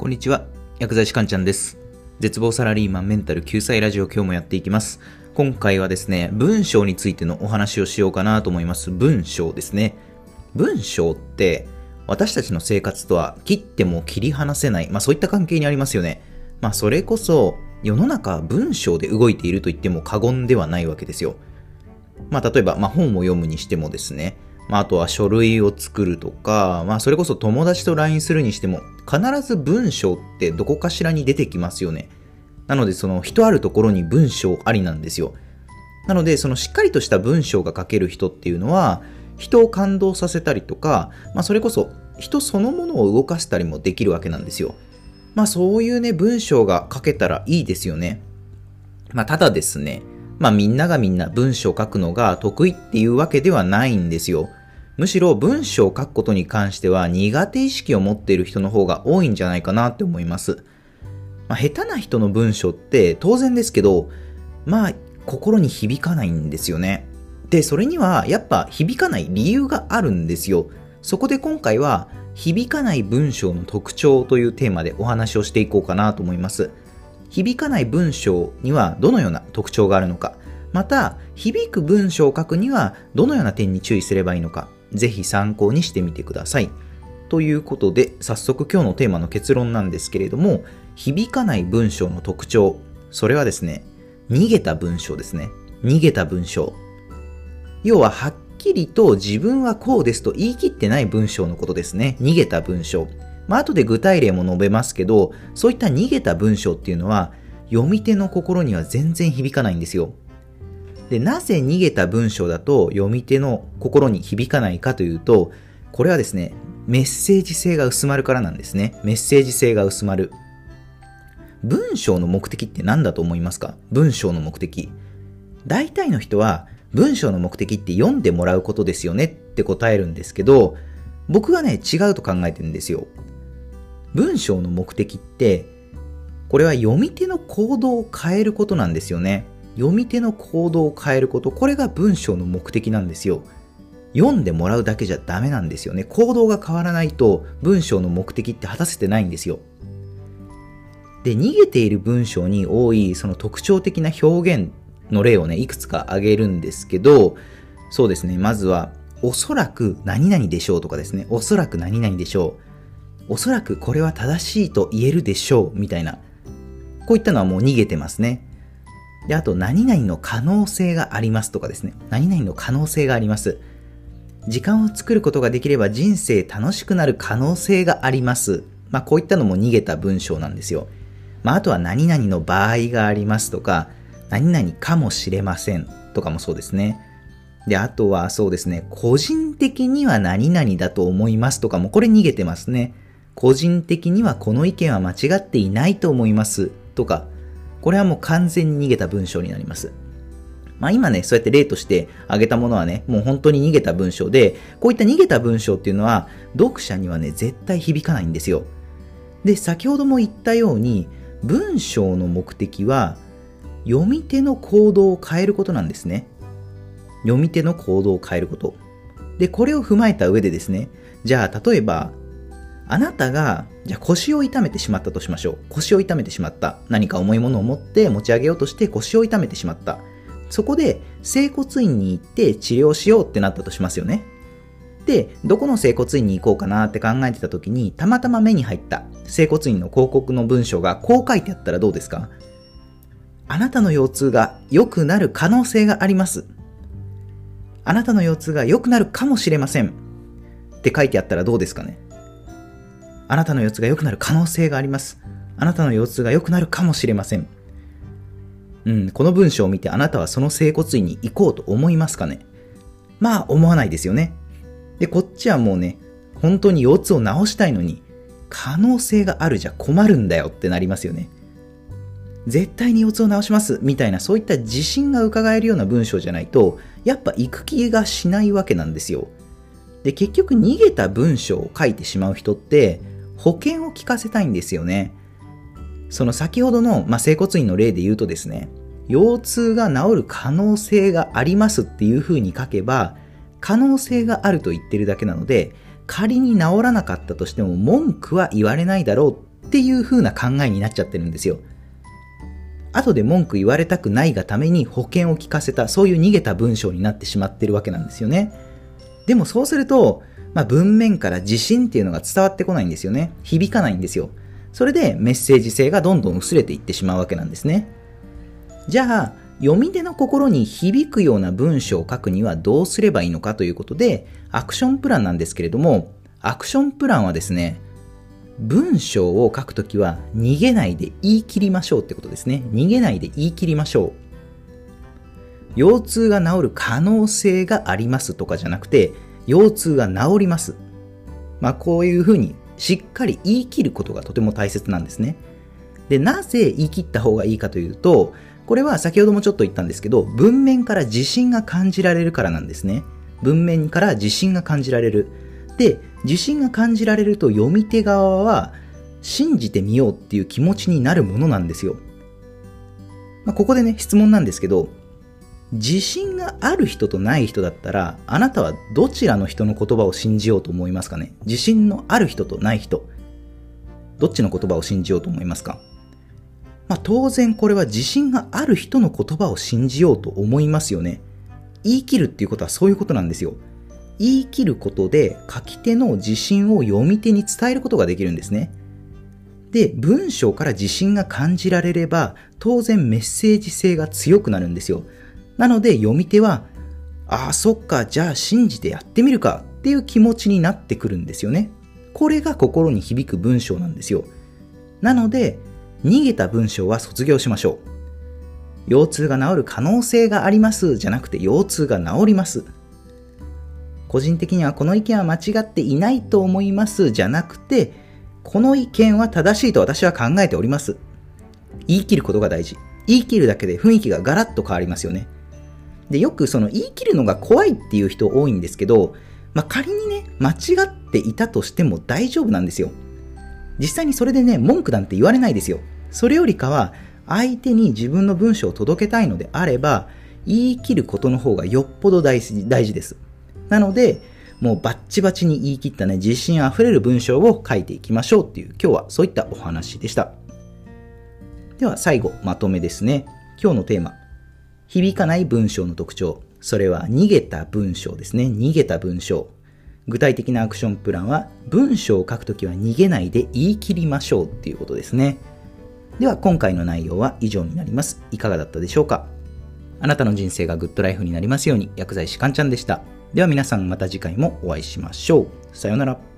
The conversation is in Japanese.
こんにちは、薬剤師かんちゃんです。絶望サラリーマンメンタル救済ラジオ、今日もやっていきます。今回はですね、文章についてのお話をしようかなと思います。文章ですね。文章って私たちの生活とは切っても切り離せない、そういった関係にありますよね。それこそ世の中は文章で動いていると言っても過言ではないわけですよ。例えば、本を読むにしてもですね、あとは書類を作るとか、それこそ友達と LINE するにしても、必ず文章ってどこかしらに出てきますよね。なので、その人あるところに文章ありなんですよ。なので、そのしっかりとした文章が書ける人っていうのは、人を感動させたりとか、それこそ人そのものを動かしたりもできるわけなんですよ。そういうね、文章が書けたらいいですよね。ただですね、みんながみんな文章を書くのが得意っていうわけではないんですよ。むしろ文章を書くことに関しては苦手意識を持っている人の方が多いんじゃないかなって思います。下手な人の文章って当然ですけど、心に響かないんですよね。で、それにはやっぱ響かない理由があるんですよ。そこで今回は響かない文章の特徴というテーマでお話をしていこうかなと思います。響かない文章にはどのような特徴があるのか、また響く文章を書くにはどのような点に注意すればいいのか、ぜひ参考にしてみてください。ということで、早速今日のテーマの結論なんですけれども、響かない文章の特徴、それはですね、逃げた文章ですね。逃げた文章。要ははっきりと自分はこうですと言い切ってない文章のことですね。逃げた文章。後で具体例も述べますけど、そういった逃げた文章っていうのは読み手の心には全然響かないんですよ。で、なぜ逃げた文章だと読み手の心に響かないかというと、これはですね、メッセージ性が薄まるからなんですね。メッセージ性が薄まる。文章の目的って何だと思いますか？文章の目的。大体の人は文章の目的って読んでもらうことですよねって答えるんですけど、僕はね、違うと考えてるんですよ。文章の目的って、これは読み手の行動を変えることなんですよね。読み手の行動を変えること、これが文章の目的なんですよ。読んでもらうだけじゃダメなんですよね。行動が変わらないと文章の目的って果たせてないんですよ。で、逃げている文章に多いその特徴的な表現の例をね、いくつか挙げるんですけど、そうですね、まずはおそらく何々でしょうとかですね、おそらく何々でしょう、おそらくこれは正しいと言えるでしょうみたいな、こういったのはもう逃げてますね。で、あと何々の可能性がありますとかですね、何々の可能性があります、時間を作ることができれば人生楽しくなる可能性があります。こういったのも逃げた文章なんですよ。あとは何々の場合がありますとか、何々かもしれませんとかもそうですね。で、あとはそうですね、個人的には何々だと思いますとかも、これ逃げてますね。個人的にはこの意見は間違っていないと思いますとか、これはもう完全に逃げた文章になります。今ね、そうやって例として挙げたものはね、もう本当に逃げた文章で、こういった逃げた文章っていうのは読者にはね、絶対響かないんですよ。で、先ほども言ったように、文章の目的は読み手の行動を変えることなんですね。読み手の行動を変えること。で、これを踏まえた上でですね、じゃあ例えば、あなたが腰を痛めてしまったとしましょう。腰を痛めてしまった。何か重いものを持って持ち上げようとして腰を痛めてしまった。そこで整骨院に行って治療しようってなったとしますよね。で、どこの整骨院に行こうかなって考えてた時に、たまたま目に入った整骨院の広告の文章がこう書いてあったらどうですか？あなたの腰痛が良くなる可能性があります。あなたの腰痛が良くなるかもしれませんって書いてあったらどうですかね？あなたの腰痛が良くなる可能性があります。あなたの腰痛が良くなるかもしれません。この文章を見てあなたはその整骨院に行こうと思いますかね？思わないですよね。で、こっちはもうね、本当に腰痛を治したいのに、可能性があるじゃ困るんだよってなりますよね。絶対に腰痛を治しますみたいな、そういった自信が伺えるような文章じゃないと、やっぱ行く気がしないわけなんですよ。で、結局逃げた文章を書いてしまう人って保険を聞かせたいんですよね。その先ほどの、整骨院の例で言うとですね、腰痛が治る可能性がありますっていう風に書けば、可能性があると言ってるだけなので、仮に治らなかったとしても文句は言われないだろうっっていう風な考えになっちゃってるんですよ。後で文句言われたくないがために保険を聞かせた、そういう逃げた文章になってしまってるわけなんですよね。でもそうすると、文面から自信っていうのが伝わってこないんですよね。響かないんですよ。それでメッセージ性がどんどん薄れていってしまうわけなんですね。じゃあ、読み手の心に響くような文章を書くにはどうすればいいのかということで、アクションプランなんですけれども、アクションプランはですね、文章を書くときは逃げないで言い切りましょうってことですね。逃げないで言い切りましょう。腰痛が治る可能性がありますとかじゃなくて、腰痛が治ります。こういうふうにしっかり言い切ることがとても大切なんですね。で、なぜ言い切った方がいいかというと、これは先ほどもちょっと言ったんですけど、文面から自信が感じられるからなんですね。文面から自信が感じられる。で、自信が感じられると読み手側は信じてみようっていう気持ちになるものなんですよ。ここでね、質問なんですけど、自信がある人とない人だったら、あなたはどちらの人の言葉を信じようと思いますかね。自信のある人とない人、どっちの言葉を信じようと思いますか。当然これは自信がある人の言葉を信じようと思いますよね。言い切るっていうことはそういうことなんですよ。言い切ることで書き手の自信を読み手に伝えることができるんですね。で、文章から自信が感じられれば、当然メッセージ性が強くなるんですよ。なので読み手は、そっか、じゃあ信じてやってみるかっていう気持ちになってくるんですよね。これが心に響く文章なんですよ。なので、逃げた文章は卒業しましょう。腰痛が治る可能性がありますじゃなくて、腰痛が治ります。個人的にはこの意見は間違っていないと思いますじゃなくて、この意見は正しいと私は考えております。言い切ることが大事。言い切るだけで雰囲気がガラッと変わりますよね。で、よくその言い切るのが怖いっていう人多いんですけど、仮にね、間違っていたとしても大丈夫なんですよ。実際にそれでね、文句なんて言われないですよ。それよりかは、相手に自分の文章を届けたいのであれば、言い切ることの方がよっぽど大事です。なので、もうバッチバチに言い切ったね、自信あふれる文章を書いていきましょうっていう、今日はそういったお話でした。では最後、まとめですね。今日のテーマ、響かない文章の特徴。それは逃げた文章ですね。逃げた文章。具体的なアクションプランは、文章を書くときは逃げないで言い切りましょうっていうことですね。では今回の内容は以上になります。いかがだったでしょうか。あなたの人生がグッドライフになりますように、薬剤師かんちゃんでした。では皆さんまた次回もお会いしましょう。さようなら。